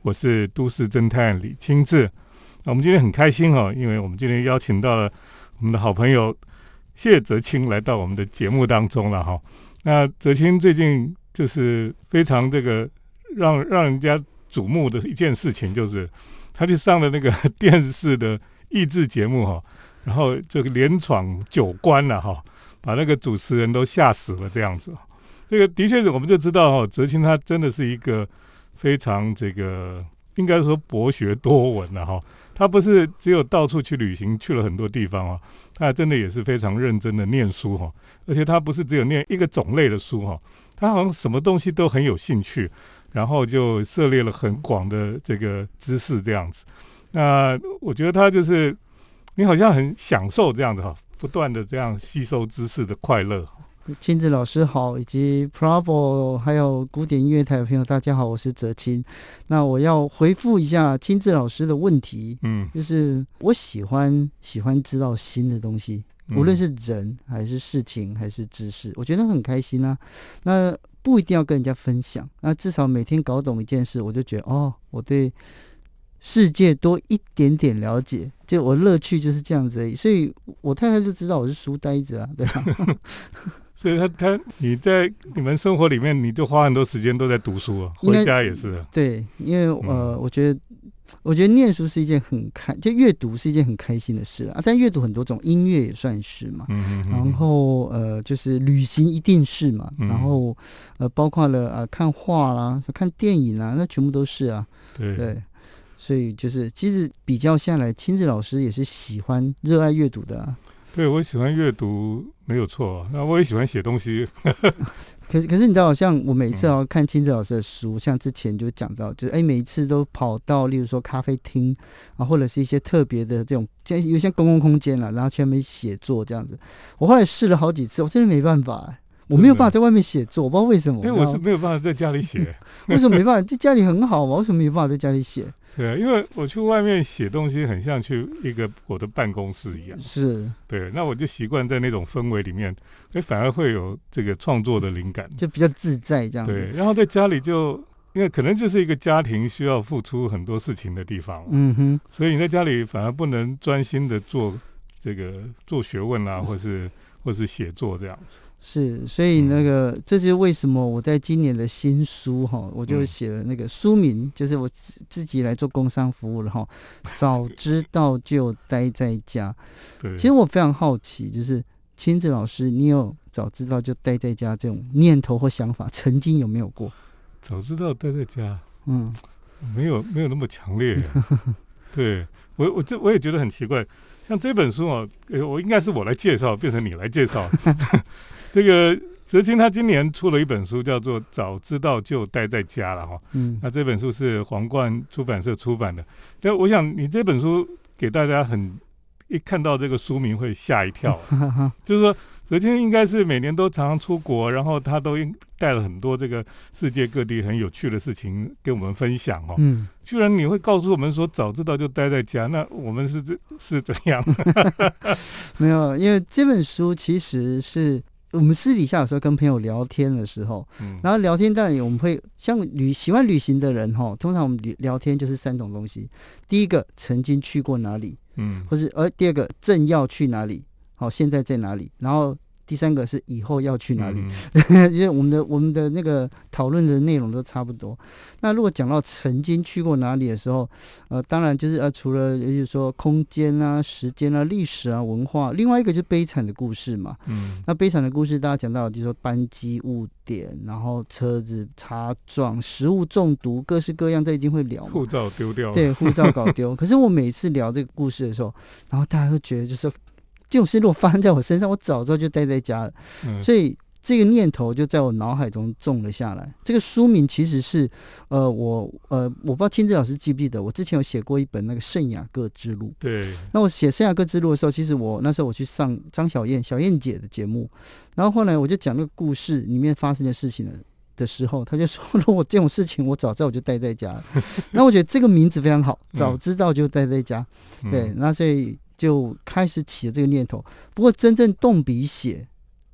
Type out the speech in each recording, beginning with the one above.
我是都市侦探李清志。我们今天很开心因为我们今天邀请到了我们的好朋友谢哲青来到我们的节目当中了那哲青最近就是非常这个让人家瞩目的一件事情，就是他去上了那个电视的益智节目然后这个连闯9关了把那个主持人都吓死了这样子。这个的确我们就知道哲青他真的是一个非常这个应该说博学多闻了他不是只有到处去旅行，去了很多地方他真的也是非常认真的念书而且他不是只有念一个种类的书他好像什么东西都很有兴趣，然后就涉猎了很广的这个知识这样子。那我觉得他就是你好像很享受这样子不断的这样吸收知识的快乐。 亲子老师好，以及 Bravo 还有古典音乐台的朋友大家好，我是哲青。那我要回复一下亲子老师的问题，就是我喜欢知道新的东西，无论是人还是事情还是知识，我觉得很开心啊。那不一定要跟人家分享，那至少每天搞懂一件事，我就觉得我对世界多一点点了解，就我乐趣就是这样子而已。所以我太太就知道我是书呆子啊，对吧？ 所以你在你们生活里面，你就花很多时间都在读书回家也是对，因为我觉得念书是一件就阅读是一件很开心的事但阅读很多种，音乐也算是嘛，然后就是旅行一定是嘛，然后包括了看画啦、看电影啦，那全部都是啊，对。所以就是其实比较下来，亲子老师也是热爱阅读的对，我喜欢阅读没有错那我也喜欢写东西可是你知道，像我每一次看亲子老师的书，像之前就讲到，就是每一次都跑到例如说咖啡厅或者是一些特别的这种有些公共空间然后去那边写作这样子。我后来试了好几次，我真的没办法我没有办法在外面写作，我不知道为什么。 我是没有办法在家里写为什么没办法？在家里很好嘛，为什么没办法在家里写？ 对，因为我去外面写东西很像去我的办公室一样， 是， 对，那我就习惯在那种氛围里面，反而会有这个创作的灵感， 就比较自在这样子。 对，然后在家里因为可能就是一个家庭需要付出很多事情的地方，所以你在家里反而不能专心的做学问啦，或是写作这样子。 是，所以这就是为什么我在今年的新书我就写了那个书名，就是我自己来做工商服务了早知道就待在家。对，其实我非常好奇，就是亲子老师，你有早知道就待在家这种念头或想法，曾经有没有过？ 早知道待在家，没有那么强烈。对，我也觉得很奇怪，像这本书我应该是我来介绍，变成你来介绍。这个哲青他今年出了一本书，叫做《早知道就待在家》了那这本书是皇冠出版社出版的。那我想你这本书给大家一看到这个书名会吓一跳就是说哲青应该是每年都常常出国，然后他都带了很多这个世界各地很有趣的事情跟我们分享居然你会告诉我们说早知道就待在家，那我们是怎样？ 没有，因为这本书其实是我们私底下有时候跟朋友聊天的时候，然后聊天当然我们会像喜欢旅行的人通常我们聊天就是3种东西。第一个曾经去过哪里，或是第二个正要去哪里，现在在哪里，然后第3个是以后要去哪里因为我们的那个讨论的内容都差不多。那如果讲到曾经去过哪里的时候，当然就是除了也就是说空间啊、时间啊、历史啊、文化，另外一个就是悲惨的故事嘛。那悲惨的故事大家讲到就是说班机误点，然后车子擦撞、食物中毒，各式各样，这一定会聊嘛。 护照丢掉了， 对，护照搞丢。可是我每次聊这个故事的时候，然后大家都觉得就是这种事如果发生在我身上，我早知道就待在家了。所以这个念头就在我脑海中种了下来。这个书名其实是我不知道亲子老师记不记得，我之前有写过一本那个圣雅各之路。 对， 那我写圣雅各之路的时候，其实那时候我去上张小燕姐的节目，然后后来我就讲那个故事里面发生的事情的时候，他就说如果这种事情我早知道我就待在家了。那我觉得这个名字非常好，早知道就待在家。对，那所以就开始起了这个念头。不过真正动笔写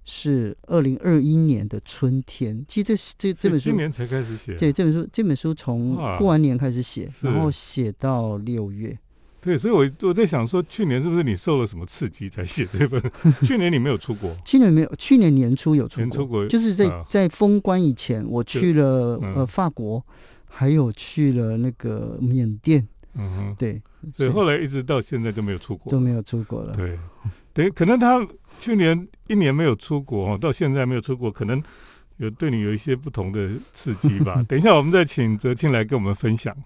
是2021年的春天。其实这本书今年才开始写。 对，这本书从过完年开始写，然后写到6月。 对，所以我在想说，去年是不是你受了什么刺激才写这本？去年你没有出国？ 去年没有，去年年初有出国， 就是在封关以前，我去了法国，还有去了那个缅甸。对， 所以后来一直到现在都没有出国， 都没有出国了。 对，等于可能他去年1年没有出国，到现在没有出国，可能对你有一些不同的刺激吧。等一下我们再请哲青来跟我们分享。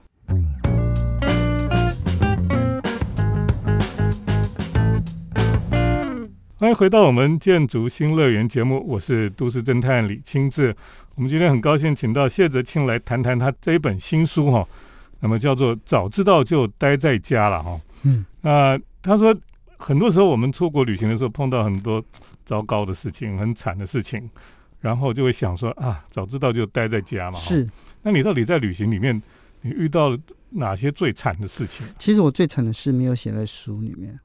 欢迎回到我们建筑新乐园节目，我是都市侦探李清志。我们今天很高兴请到谢哲青来谈谈他这一本新书那么叫做早知道就待在家了他说很多时候我们出国旅行的时候碰到很多糟糕的事情，很惨的事情，然后就会想说早知道就待在家嘛。 是， 那你到底在旅行里面你遇到哪些最惨的事情？ 其实我最惨的事没有写在书里面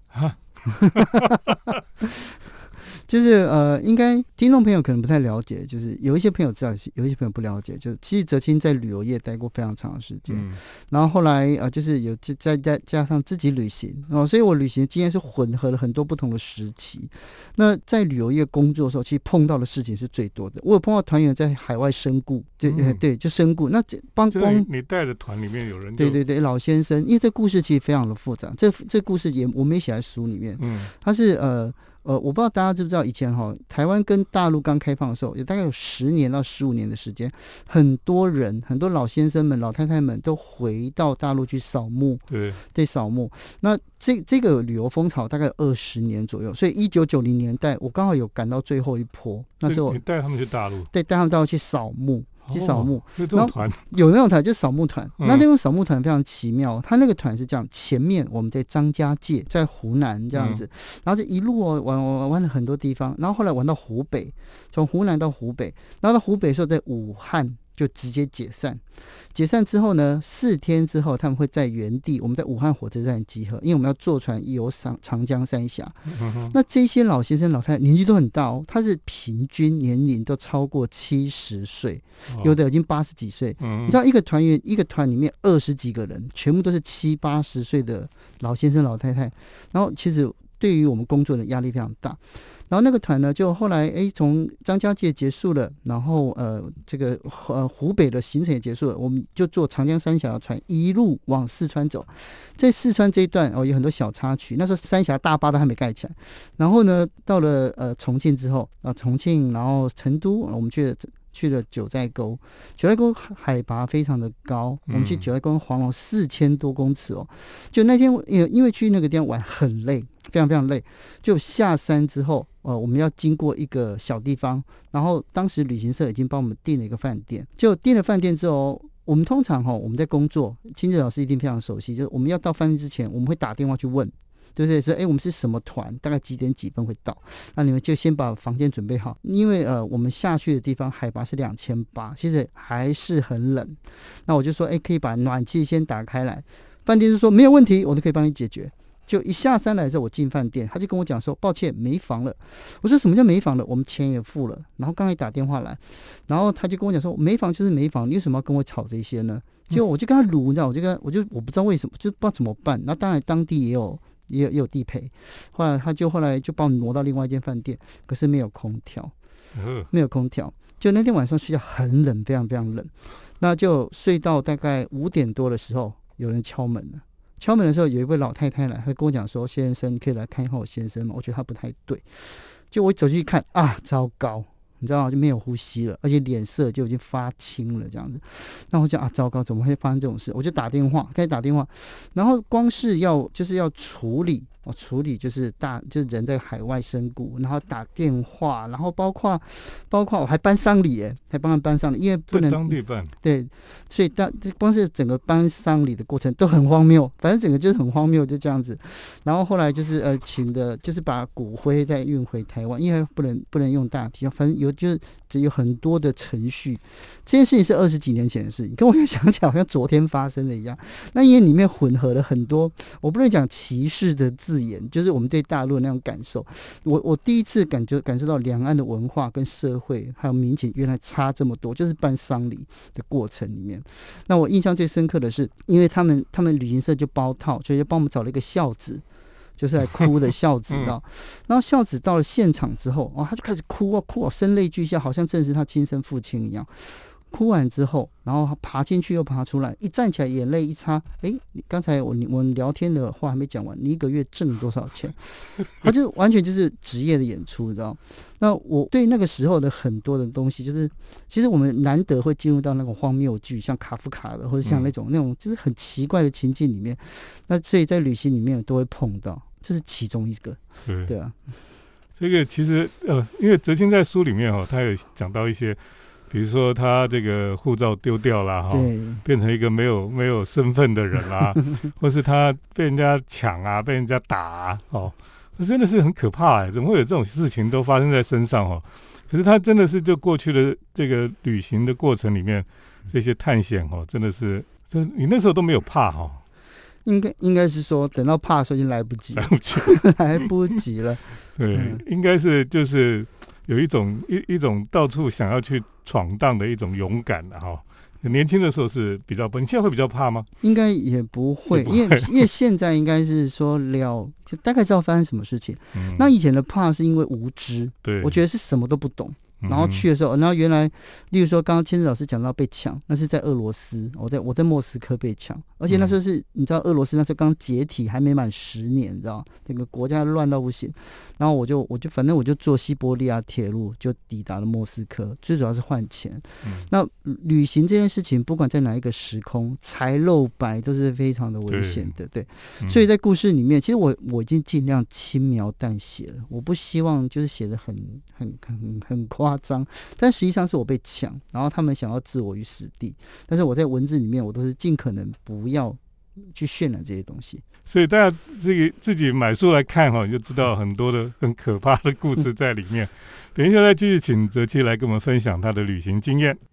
就是应该听众朋友可能不太了解，就是有一些朋友知道，有一些朋友不了解。就是其实哲青在旅游业待过非常长的时间，然后后来就是有再加上自己旅行所以我旅行经验是混合了很多不同的时期。那在旅游业工作的时候，其实碰到的事情是最多的。我有碰到团员在海外身故，对，就身故。那光你带的团里面有人对老先生，因为这故事其实非常的复杂，这故事我没写在书里面。它是我不知道大家知不知道，以前台湾跟大陆刚开放的时候，大概有10年到15年的时间，很多老先生们、老太太们都回到大陆去扫墓，对，扫墓。那这个旅游风潮大概有20年左右，所以1990年代我刚好有赶到最后一波，那时候你带他们去大陆， 对，带他们到去扫墓。去扫墓， 然后有那种团就是扫墓团。那种扫墓团非常奇妙，他那个团是这样：前面我们在张家界，在湖南这样子，然后就一路玩了很多地方，然后后来玩到湖北，从湖南到湖北，然后到湖北的时候在武汉就直接解散。解散之后呢，4天之后他们会在原地，我们在武汉火车站集合，因为我们要坐船游长江三峡。那这些老先生老太太年纪都很大他是平均年龄都超过70岁，有的已经80几岁。你知道一个团里面20几个人，全部都是70、80岁的老先生老太太，然后其实对于我们工作的压力非常大。然后那个团呢，就后来从张家界结束了，然后这个湖北的行程也结束了，我们就坐长江三峡的船一路往四川走。在四川这一段有很多小插曲，那时候三峡大坝都还没盖起来。然后呢，到了重庆之后重庆，然后成都，我们去了九寨沟。九寨沟海拔非常的高，我们去九寨沟黄龙4000多公尺就那天因为去那个地方玩很累，非常非常累。就下山之后我们要经过一个小地方，然后当时旅行社已经帮我们订了一个饭店。就订了饭店之后，我们通常我们在工作，清志老师一定非常熟悉，就是我们要到饭店之前，我们会打电话去问，对不对？说我们是什么团，大概几点几分会到？那你们就先把房间准备好，因为我们下去的地方海拔是2800，其实还是很冷。那我就说可以把暖气先打开来，饭店就说没有问题，我都可以帮你解决。就一下山来的时候，我进饭店，他就跟我讲说抱歉没房了。我说什么叫没房了？我们钱也付了，然后刚才打电话来，然后他就跟我讲说没房就是没房，你为什么要跟我吵这些呢？结果我就跟他撸，你知道，我不知道为什么，就不知道怎么办。然后当然当地也有地陪，后来他就把我挪到另外一间饭店，可是没有空调，就那天晚上睡觉很冷，非常非常冷。那就睡到大概5点多的时候，有人敲门了。敲门的时候，有一位老太太来，她跟我讲说：“先生，你可以来看一下我先生吗？”我觉得他不太对，就我走进去看糟糕，你知道吗？就没有呼吸了，而且脸色就已经发青了，这样子。那我讲糟糕，怎么会发生这种事？我就开始打电话，然后光是要处理就是人在海外身故，然后打电话，然后包括我还搬丧礼还帮他搬丧礼，因为不能当地办， 对，所以光是整个搬丧礼的过程都很荒谬，反正整个就是很荒谬，就这样子。然后后来就是把骨灰再运回台湾，因为不能用大体，反正就是这有很多的程序。这件事情是20几年前的事情，跟我想起来好像昨天发生的一样。那因为里面混合了很多，我不能讲歧视的字眼，就是我们对大陆的那种感受。我第一次感受到两岸的文化跟社会还有民情原来差这么多，就是办丧礼的过程里面。那我印象最深刻的是，因为他们旅行社就包套，所以就帮我们找了一个孝子。就是来哭的孝子然后孝子到了现场之后，他就开始哭声泪俱下，好像正是他亲生父亲一样。哭完之后，然后爬进去又爬出来，一站起来眼泪一擦，刚才我们聊天的话还没讲完，你1个月挣多少钱？他就完全就是职业的演出，你知道？那我对那个时候的很多的东西，就是其实我们难得会进入到那种荒谬剧，像卡夫卡的，或者像那种就是很奇怪的情境里面。那所以在旅行里面都会碰到，这是其中一个。对啊， 这个其实因为哲青在书里面他有讲到一些。比如说他这个护照丢掉了变成一个没有身份的人啦，或是他被人家抢啊，被人家打啊，那真的是很可怕怎么会有这种事情都发生在身上可是他真的是就过去的这个旅行的过程里面，这些探险真的是，你那时候都没有怕应该是说等到怕的时候已经来不及了。 对，应该是就是有一种到处想要去闯荡的一种勇敢的年轻的时候是比较，你现在会比较怕吗？ 应该也不会，因为现在应该是说就大概知道发生什么事情。那以前的怕是因为无知，对，我觉得是什么都不懂。然后去的时候，然后原来，例如说刚刚千枝老师讲到被抢，那是在俄罗斯，我在莫斯科被抢，而且那时候是你知道俄罗斯那时候刚解体，还没满10年，你知道这个国家乱到不行。然后我就反正我就坐西伯利亚铁路就抵达了莫斯科，最主要是换钱。那旅行这件事情，不管在哪一个时空，财漏白都是非常的危险的，对。所以在故事里面，其实我已经尽量轻描淡写了，我不希望就是写得很夸张，但实际上是我被抢，然后他们想要置我于死地，但是我在文字里面我都是尽可能不要去渲染这些东西。 所以大家自己买书来看你就知道很多的很可怕的故事在里面。等一下再继续请哲七来跟我们分享他的旅行经验。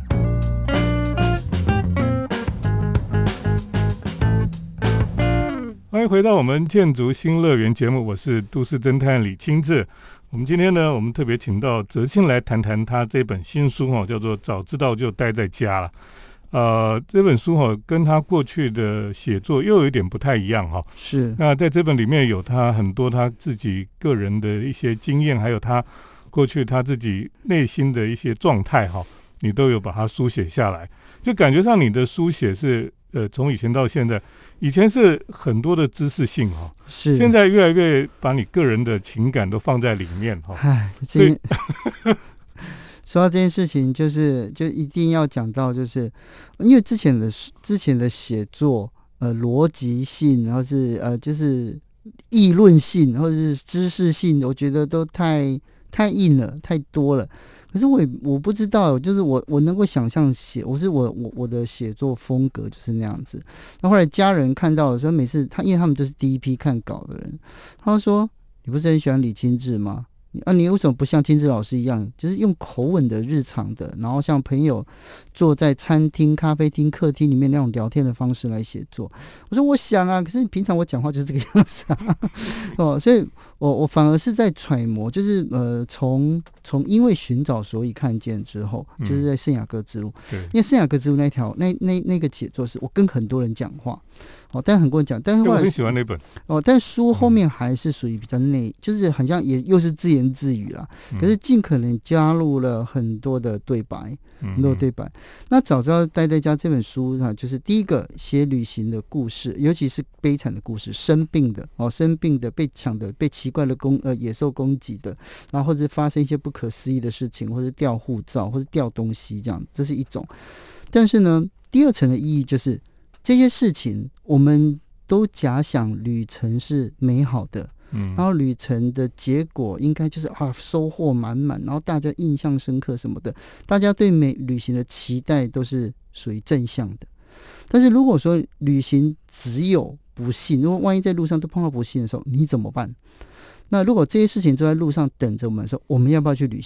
欢迎回到我们建筑新乐园节目，我是都市侦探李清志。我们今天呢，我们特别请到哲青来谈谈他这本新书叫做《早知道就待在家了》。这本书跟他过去的写作又有一点不太一样是。 那在这本里面有他很多他自己个人的一些经验，还有他过去他自己内心的一些状态你都有把它书写下来，就感觉上你的书写是从以前到现在，以前是很多的知识性是， 现在越来越把你个人的情感都放在里面所以说到这件事情，就一定要讲到，就是因为之前的写作逻辑性，然后是就是议论性或者是知识性，我觉得都太硬了，太多了。可是我不知道，就是我能够想象我的写作风格就是那样子。那后来家人看到的时候，每次因为他们就是第一批看稿的人，他说：“你不是很喜欢李清志吗？你为什么不像清志老师一样，就是用口吻的日常的，然后像朋友坐在餐厅、咖啡厅、客厅里面那种聊天的方式来写作？”我说：“我想啊，可是平常我讲话就是这个样子啊。”所以我反而是在揣摩，就是从因为寻找所以看见之后，就是在圣雅各之路，因为圣雅各之路那个写作是我跟很多人讲话。但很多人讲，但是后来我很喜欢那本但书后面还是属于比较就是好像也又是自言自语啦，可是尽可能加入了很多的对白，那早知道待在家这本书就是第一个写旅行的故事，尤其是悲惨的故事，生病的、被抢的、被奇怪的野兽攻击的，然后或者发生一些不可思议的事情，或者掉护照，或者掉东西这样，这是一种。但是呢，第二层的意义就是这些事情我们都假想旅程是美好的，然后旅程的结果应该就是收获满满，然后大家印象深刻什么的，大家对旅行的期待都是属于正向的。但是如果说旅行只有不幸，如果万一在路上都碰到不幸的时候，你怎么办？那如果这些事情都在路上等着我们的时候，我们要不要去旅行？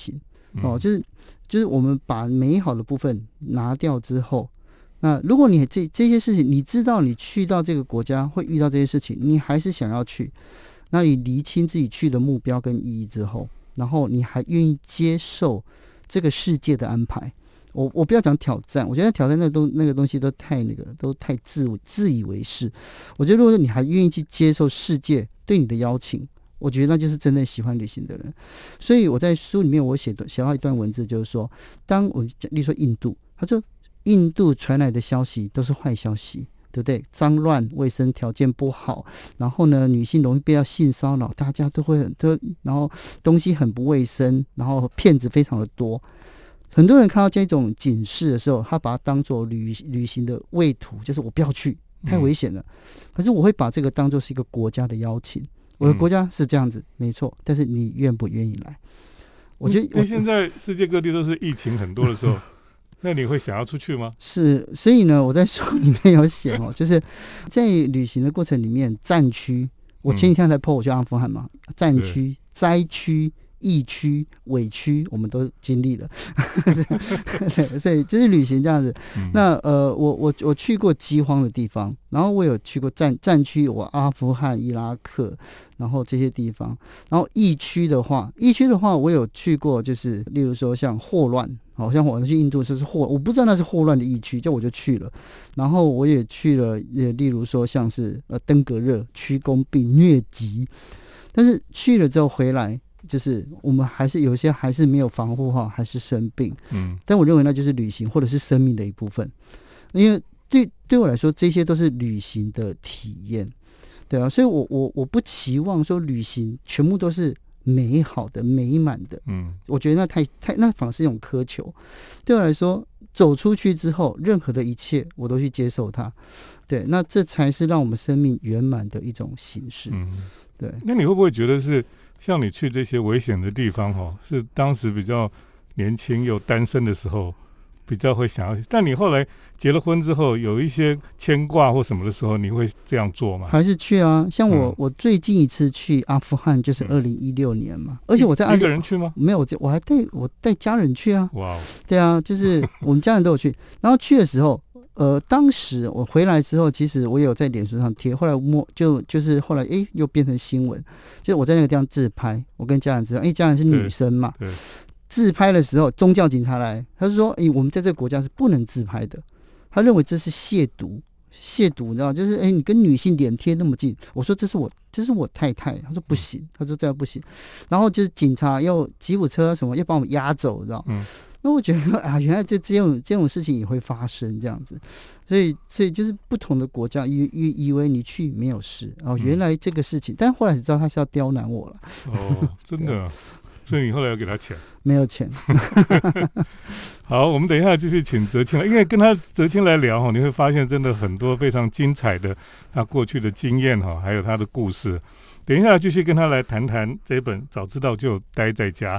就是我们把美好的部分拿掉之后，那如果你这些事情你知道你去到这个国家会遇到这些事情，你还是想要去，那你厘清自己去的目标跟意义之后，然后你还愿意接受这个世界的安排。我不要讲挑战，我觉得挑战那个东西都太自以为是。我觉得如果说你还愿意去接受世界对你的邀请，我觉得那就是真正喜欢旅行的人。所以我在书里面我写到一段文字，就是说，当我例如说印度，他说印度传来的消息都是坏消息，对不对？脏乱、卫生条件不好，然后呢，女性容易被到性骚扰，大家然后东西很不卫生，然后骗子非常的多。很多人看到这种警示的时候，他把它当作旅行的畏途，就是我不要去，太危险了。可是我会把这个当作是一个国家的邀请，我的国家是这样子，没错，但是你愿不愿意来？我觉得， 因为现在世界各地都是疫情很多的时候，那你会想要出去吗？ 是，所以呢，我在书里面有写就是在旅行的过程里面，战区，我前几天才 po 我去阿富汗嘛，战区、灾区。疫区、委区，我们都经历了，对，所以就是旅行这样子。那我去过饥荒的地方，然后我有去过战区，我阿富汗、伊拉克，然后这些地方。然后疫区的话，我有去过，就是例如说像霍乱，好像我去印度就是我不知道那是霍乱的疫区，我就去了。然后我也去了，例如说像是登革热、驱弓病、疟疾，但是去了之后回来。就是我们还是有些还是没有防护好，还是生病。但我认为那就是旅行或者是生命的一部分，因为对我来说，这些都是旅行的体验，对啊，所以我不期望说旅行全部都是美好的、美满的。我觉得那反而是一种苛求。对我来说，走出去之后，任何的一切我都去接受它。对，那这才是让我们生命圆满的一种形式。对， 那你会不会觉得是？像你去这些危险的地方是当时比较年轻又单身的时候比较会想要，但你后来结了婚之后有一些牵挂或什么的时候，你会这样做吗？ 还是去啊？像我最近一次去阿富汗就是2016年嘛，而且我在一个人去吗？ 没有，我还带家人去啊。 哇， 对啊，就是我们家人都有去，然后去的时候。当时我回来之后，其实我也有在脸书上贴，后来就是后来又变成新闻，就是我在那个地方自拍，我跟家人知道，家人是女生嘛， 对， 自拍的时候，宗教警察来，他说，我们在这个国家是不能自拍的，他认为这是亵渎，你知道，就是你跟女性脸贴那么近，我说这是我太太，他说不行，他说这样不行，然后就是警察要吉普车什么要把我们押走，你知道。那我觉得原来这种事情也会发生这样子，所以就是不同的国家以为你去没有事，原来这个事情，但后来才知道他是要刁难我了。 真的，所以你后来要给他钱？ 没有钱。 好，我们等一下继续请哲青来，因为跟哲青来聊你会发现真的很多非常精彩的他过去的经验还有他的故事。等一下继续跟他来谈谈这本《早知道就待在家》。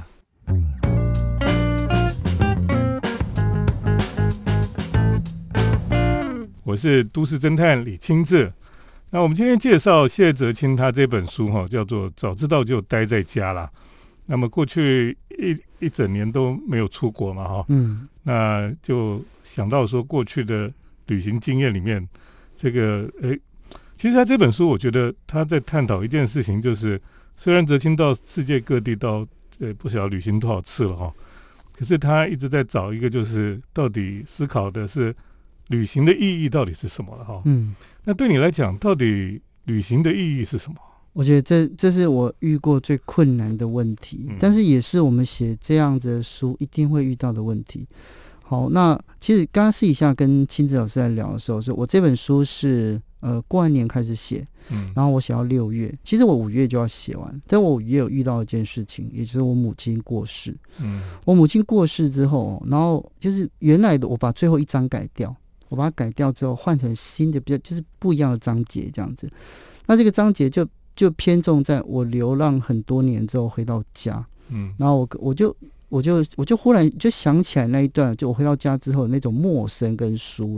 我是都市侦探李清志。那我们今天介绍谢哲青他这本书叫做《早知道就待在家》啦。那么过去一整年都没有出国嘛那就想到说过去的旅行经验里面，这个其实他这本书我觉得他在探讨一件事情，就是虽然哲青到世界各地到不晓得旅行多少次了可是他一直在找一个就是到底思考的是旅行的意义到底是什么了那对你来讲，到底旅行的意义是什么？ 我觉得这是我遇过最困难的问题，但是也是我们写这样子的书一定会遇到的问题。好，那其实刚刚私底下跟亲子老师在聊的时候，是我这本书是过完年开始写，然后我写到6月，其实我5月就要写完，但我5月有遇到一件事情，也就是我母亲过世。我母亲过世之后，然后就是原来的我把最后一章改掉。我把它改掉之后，换成新的比较就是不一样的章节这样子。那这个章节就偏重在我流浪很多年之后回到家，然后我就忽然就想起来那一段，就我回到家之后那种陌生跟疏离。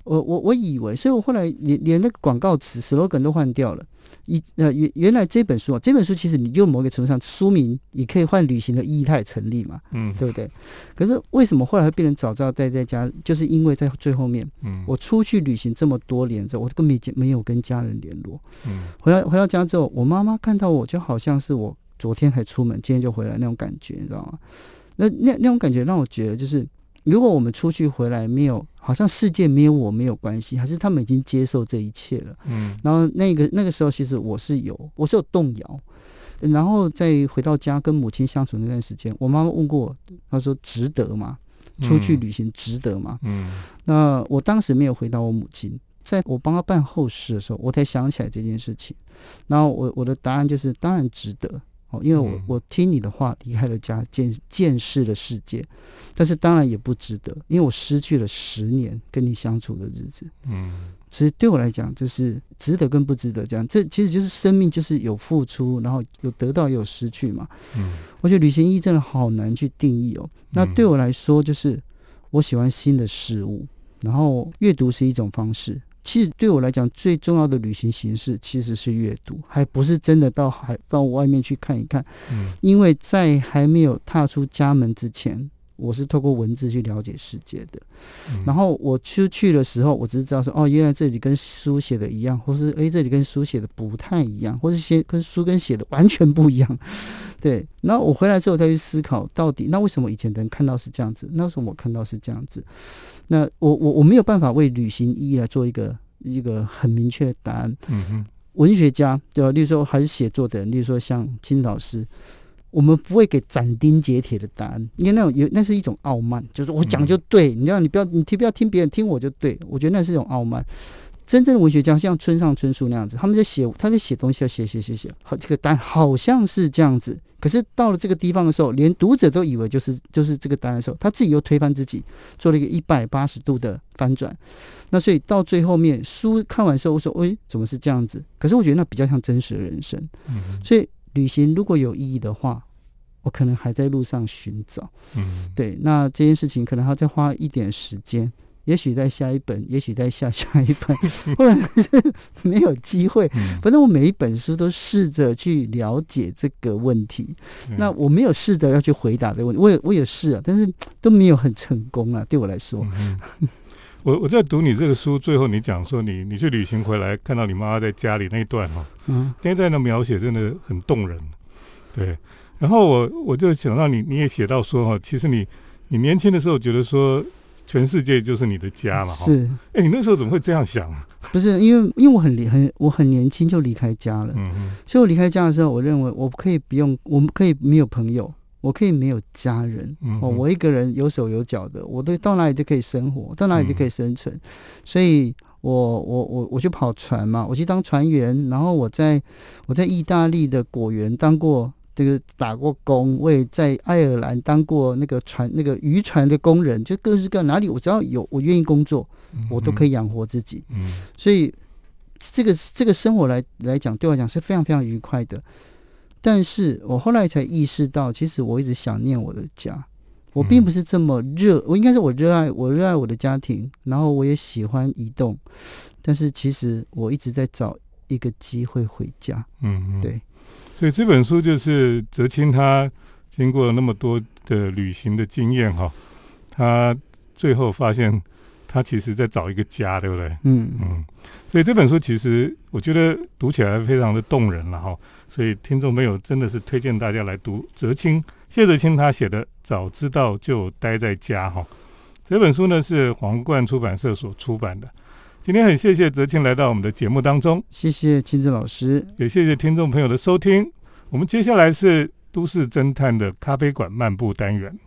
我以为，所以我后来连那个广告词 slogan 都换掉了。原来这本书其实你就某个程度上书名你可以换旅行的意义，它也成立嘛，对不对？可是为什么后来会变成早知道待在家，就是因为在最后面，我出去旅行这么多年之后，我根本没有跟家人联络，回到家之后，我妈妈看到我就好像是我昨天才出门，今天就回来那种感觉，你知道吗？那种感觉让我觉得就是。如果我们出去回来没有，好像世界没有我没有关系，还是他们已经接受这一切了。然后那个时候，其实我是有动摇。然后再回到家跟母亲相处那段时间，我妈妈问过我，她说值得吗？出去旅行值得吗？那我当时没有回答我母亲，在我帮她办后事的时候，我才想起来这件事情。然后我的答案就是当然值得。因为我听你的话离开了家，见识了世界，但是当然也不值得，因为我失去了10年跟你相处的日子。其实对我来讲，这是值得跟不值得这样，这其实就是生命，就是有付出，然后有得到也有失去嘛。我觉得旅行意义真的好难去定义哦。那对我来说，就是我喜欢新的事物，然后阅读是一种方式。其实对我来讲，最重要的旅行形式其实是阅读，还不是真的到外面去看一看。因为在还没有踏出家门之前，我是透过文字去了解世界的。然后我出去的时候，我只是知道说，原来这里跟书写的一样，或是这里跟书写的不太一样，或是跟书写的完全不一样。对，然后我回来之后再去思考，到底那为什么以前的人看到是这样子，那为什么我看到是这样子？那我没有办法为旅行意义来做一个很明确的答案。文学家对吧？例如说还是写作的人，例如说像金老师，我们不会给斩钉截铁的答案，因为那是一种傲慢，就是我讲就对，你不要听别人，听我就对。我觉得那是一种傲慢。真正的文学家像村上春树那样子，他在写东西，要写，好，这个答案好像是这样子，可是到了这个地方的时候，连读者都以为就是这个答案的时候，他自己又推翻自己，做了一个180度的翻转。那所以到最后面书看完之后，我说怎么是这样子？可是我觉得那比较像真实的人生。所以旅行如果有意义的话，我可能还在路上寻找。对，那这件事情可能还要再花一点时间。也许在下一本，也许在下一本，或者是没有机会。反正我每一本书都试着去了解这个问题。那我没有试着要去回答这个问题，我也试啊，但是都没有很成功啊。对我来说， 我在读你这个书，最后你讲说你去旅行回来，看到你妈妈在家里那一段那一段的描写真的很动人。对，然后我就想到你也写到说其实你年轻的时候觉得说。全世界就是你的家嘛， 是。 你那时候怎么会这样想？ 不是因为我很年轻就离开家了，所以我离开家的时候，我认为我们可以没有朋友，我可以没有家人，我一个人有手有脚的，我到哪里都可以生活，到哪里都可以生存，所以我去跑船嘛，我去当船员，然后我在意大利的果园当过。这个打过工，我也在爱尔兰当过那个渔船的工人，就各式各样哪里我只要我愿意工作，我都可以养活自己。所以这个生活来讲，对我来讲是非常非常愉快的。但是我后来才意识到，其实我一直想念我的家，我并不是这么我应该是我热爱我的家庭，然后我也喜欢移动，但是其实我一直在找一个机会回家。对。 所以这本书就是哲青他经过那么多的旅行的经验他最后发现他其实在找一个家，对不对？所以这本书其实我觉得读起来非常的动人了所以听众朋友真的是推荐大家来读谢哲青他写的《早知道就待在家》这本书呢是皇冠出版社所出版的。今天很谢谢哲青来到我们的节目当中， 谢谢亲子老师， 也谢谢听众朋友的收听。我们接下来是都市侦探的咖啡馆漫步单元。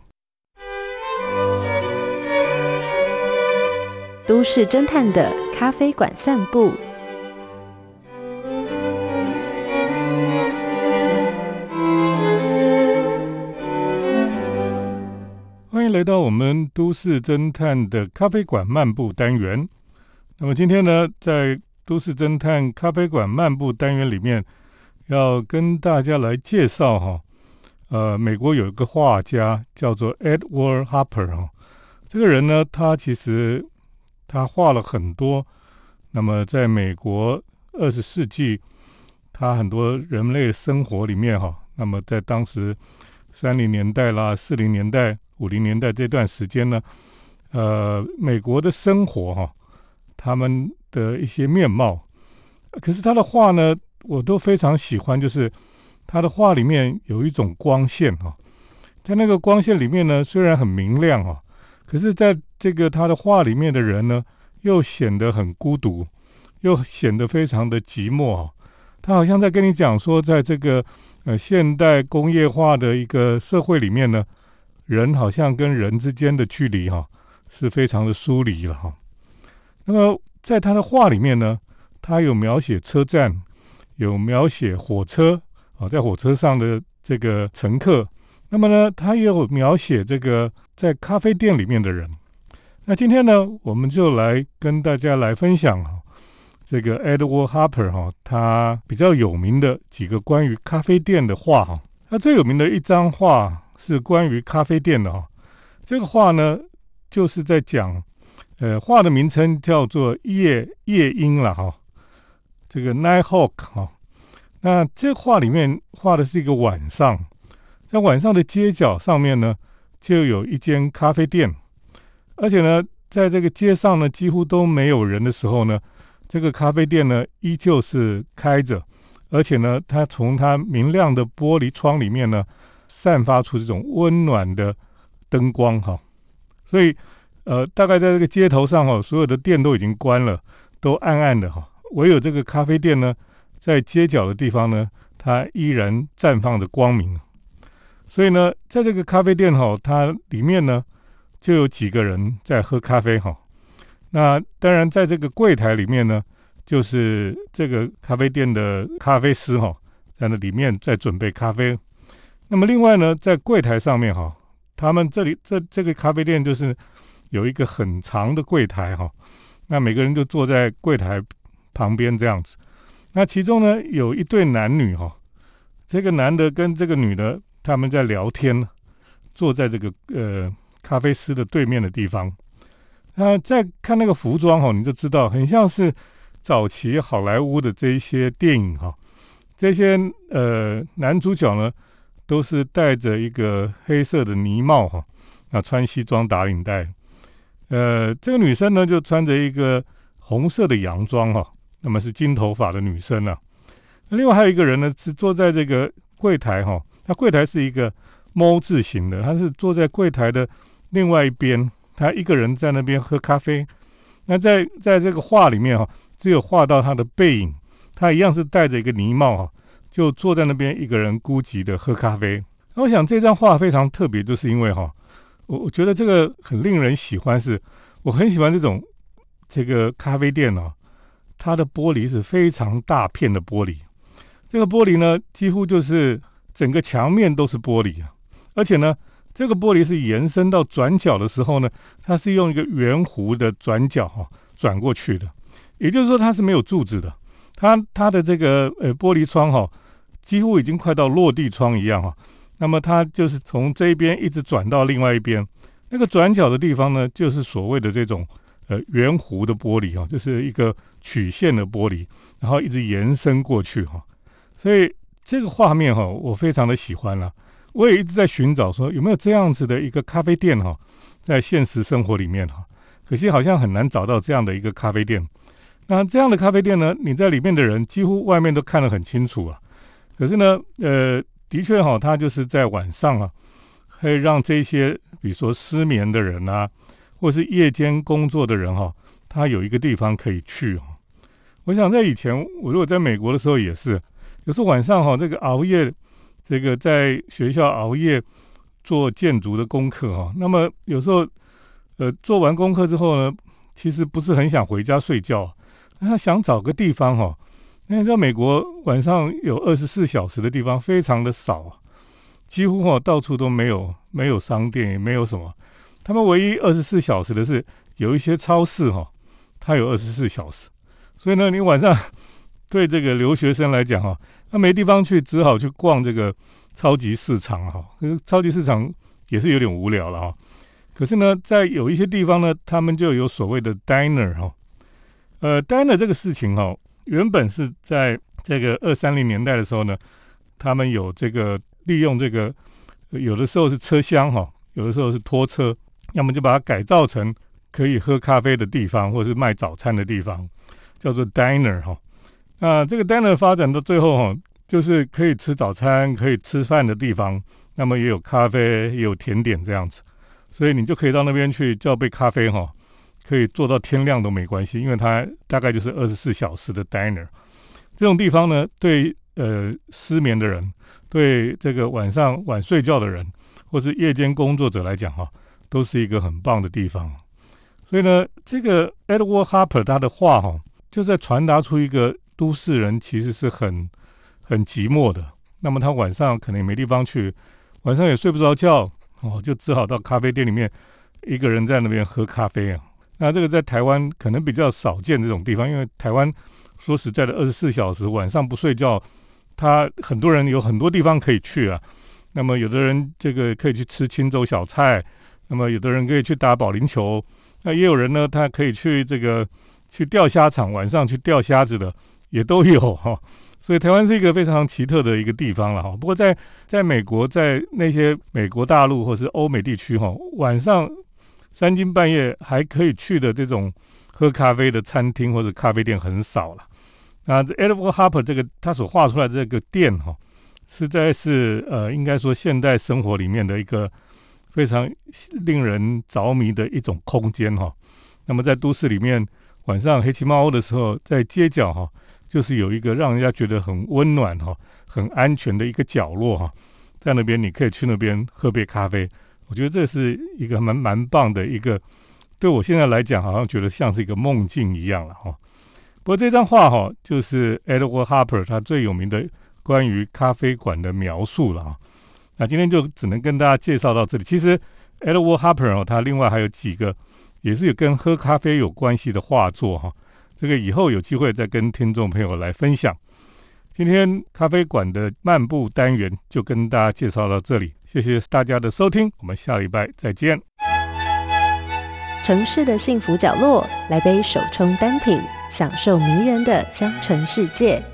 都市侦探的咖啡馆散步。 欢迎来到我们都市侦探的咖啡馆漫步单元。那么今天呢，在都市侦探咖啡馆漫步单元里面，要跟大家来介绍美国有一个画家叫做 Edward Hopper 这个人呢，他其实他画了很多，那么在美国20世纪，他很多人类生活里面那么在当时30年代啦、40年代、50年代这段时间呢，美国的生活他们的一些面貌，可是他的画呢，我都非常喜欢，就是他的画里面有一种光线在那个光线里面呢，虽然很明亮可是在这个他的画里面的人呢，又显得很孤独，又显得非常的寂寞他好像在跟你讲说，在这个现代工业化的一个社会里面呢，人好像跟人之间的距离是非常的疏离了那么在他的画里面呢，他有描写车站，有描写火车在火车上的这个乘客，那么呢，他也有描写这个在咖啡店里面的人。那今天呢，我们就来跟大家来分享这个 Edward Hopper 他比较有名的几个关于咖啡店的画他最有名的一张画是关于咖啡店的这个画呢，就是在讲画的名称叫做夜莺了这个 Nighthawk 那这画里面画的是一个晚上，在晚上的街角上面呢，就有一间咖啡店，而且呢，在这个街上呢几乎都没有人的时候呢，这个咖啡店呢依旧是开着，而且呢，它从它明亮的玻璃窗里面呢，散发出这种温暖的灯光所以大概在这个街头上所有的店都已经关了，都暗暗的唯有这个咖啡店呢，在街角的地方呢，它依然绽放着光明。所以呢，在这个咖啡店它里面呢，就有几个人在喝咖啡那当然，在这个柜台里面呢，就是这个咖啡店的咖啡师在那里面在准备咖啡。那么另外呢，在柜台上面他们这个咖啡店就是有一个很长的柜台那每个人就坐在柜台旁边这样子。那其中呢，有一对男女这个男的跟这个女的他们在聊天，坐在这个咖啡师的对面的地方。那再看那个服装你就知道很像是早期好莱坞的这一些电影这些男主角呢都是戴着一个黑色的呢帽那穿西装打领带。这个女生呢就穿着一个红色的洋装那么是金头发的女生另外还有一个人呢是坐在这个柜台那柜台是一个猫字形的，他是坐在柜台的另外一边，他一个人在那边喝咖啡。那在这个画里面只有画到他的背影，他一样是戴着一个呢帽就坐在那边一个人孤寂的喝咖啡。那我想这张画非常特别，就是因为我觉得这个很令人喜欢，是我很喜欢这个咖啡店它的玻璃是非常大片的玻璃，这个玻璃呢几乎就是整个墙面都是玻璃而且呢这个玻璃是延伸到转角的时候呢，它是用一个圆弧的转角转过去的，也就是说它是没有柱子的，它的这个玻璃窗几乎已经快到落地窗一样那么它就是从这一边一直转到另外一边，那个转角的地方呢，就是所谓的这种圆弧的玻璃就是一个曲线的玻璃，然后一直延伸过去所以这个画面我非常的喜欢了。我也一直在寻找说有没有这样子的一个咖啡店在现实生活里面可惜好像很难找到这样的一个咖啡店。那这样的咖啡店呢，你在里面的人几乎外面都看得很清楚可是呢的确它就是在晚上会让这些比如说失眠的人或是夜间工作的人他有一个地方可以去我想在以前我如果在美国的时候也是，有时候晚上这个熬夜，这个在学校熬夜做建筑的功课那么有时候做完功课之后呢，其实不是很想回家睡觉，他想找个地方因为在美国晚上有24小时的地方非常的少几乎到处都没有商店，也没有什么。他们唯一24小时的是有一些超市它有24小时，所以呢你晚上对这个留学生来讲他没地方去，只好去逛这个超级市场可是超级市场也是有点无聊了可是呢，在有一些地方呢，他们就有所谓的 diner 哈。diner 这个事情哈，原本是在这个230年代的时候呢，他们有这个利用这个，有的时候是车厢哈，有的时候是拖车，要么就把它改造成可以喝咖啡的地方，或是卖早餐的地方，叫做 diner 哈。那这个 diner 发展到最后哈，就是可以吃早餐、可以吃饭的地方，那么也有咖啡，也有甜点这样子，所以你就可以到那边去叫杯咖啡哈，可以做到天亮都没关系，因为它大概就是24小时的 diner。这种地方呢，对失眠的人，对这个晚上晚睡觉的人，或是夜间工作者来讲哈，都是一个很棒的地方。所以呢，这个 Edward Hopper 他的话哈，就在传达出一个都市人其实是很寂寞的。那么他晚上可能也没地方去，晚上也睡不着觉哦，就只好到咖啡店里面一个人在那边喝咖啡啊。那这个在台湾可能比较少见这种地方，因为台湾说实在的，24小时晚上不睡觉，他很多人有很多地方可以去啊。那么有的人这个可以去吃清粥小菜，那么有的人可以去打保龄球，那也有人呢，他可以去这个去钓虾场，晚上去钓虾子的也都有哈。所以台湾是一个非常奇特的一个地方了哈。不过在美国，在那些美国大陆或是欧美地区哈，晚上3更半夜还可以去的这种喝咖啡的餐厅或者咖啡店很少了。那 Edward Hopper 这个他所画出来的这个店哈，实在是应该说现代生活里面的一个非常令人着迷的一种空间哈。那么在都市里面，晚上黑漆麻乌的时候，在街角哈，就是有一个让人家觉得很温暖哈、很安全的一个角落哈，在那边你可以去那边喝杯咖啡。我觉得这是一个蛮棒的一个，对我现在来讲，好像觉得像是一个梦境一样了哈。不过这张画哈，就是 Edward Hopper 他最有名的关于咖啡馆的描述了哈。那今天就只能跟大家介绍到这里。其实 Edward Hopper 哦，他另外还有几个也是有跟喝咖啡有关系的画作哈。这个以后有机会再跟听众朋友来分享。今天咖啡馆的漫步单元就跟大家介绍到这里，谢谢大家的收听，我们下礼拜再见。 城市的幸福角落，来杯手冲单品，享受迷人的香醇世界。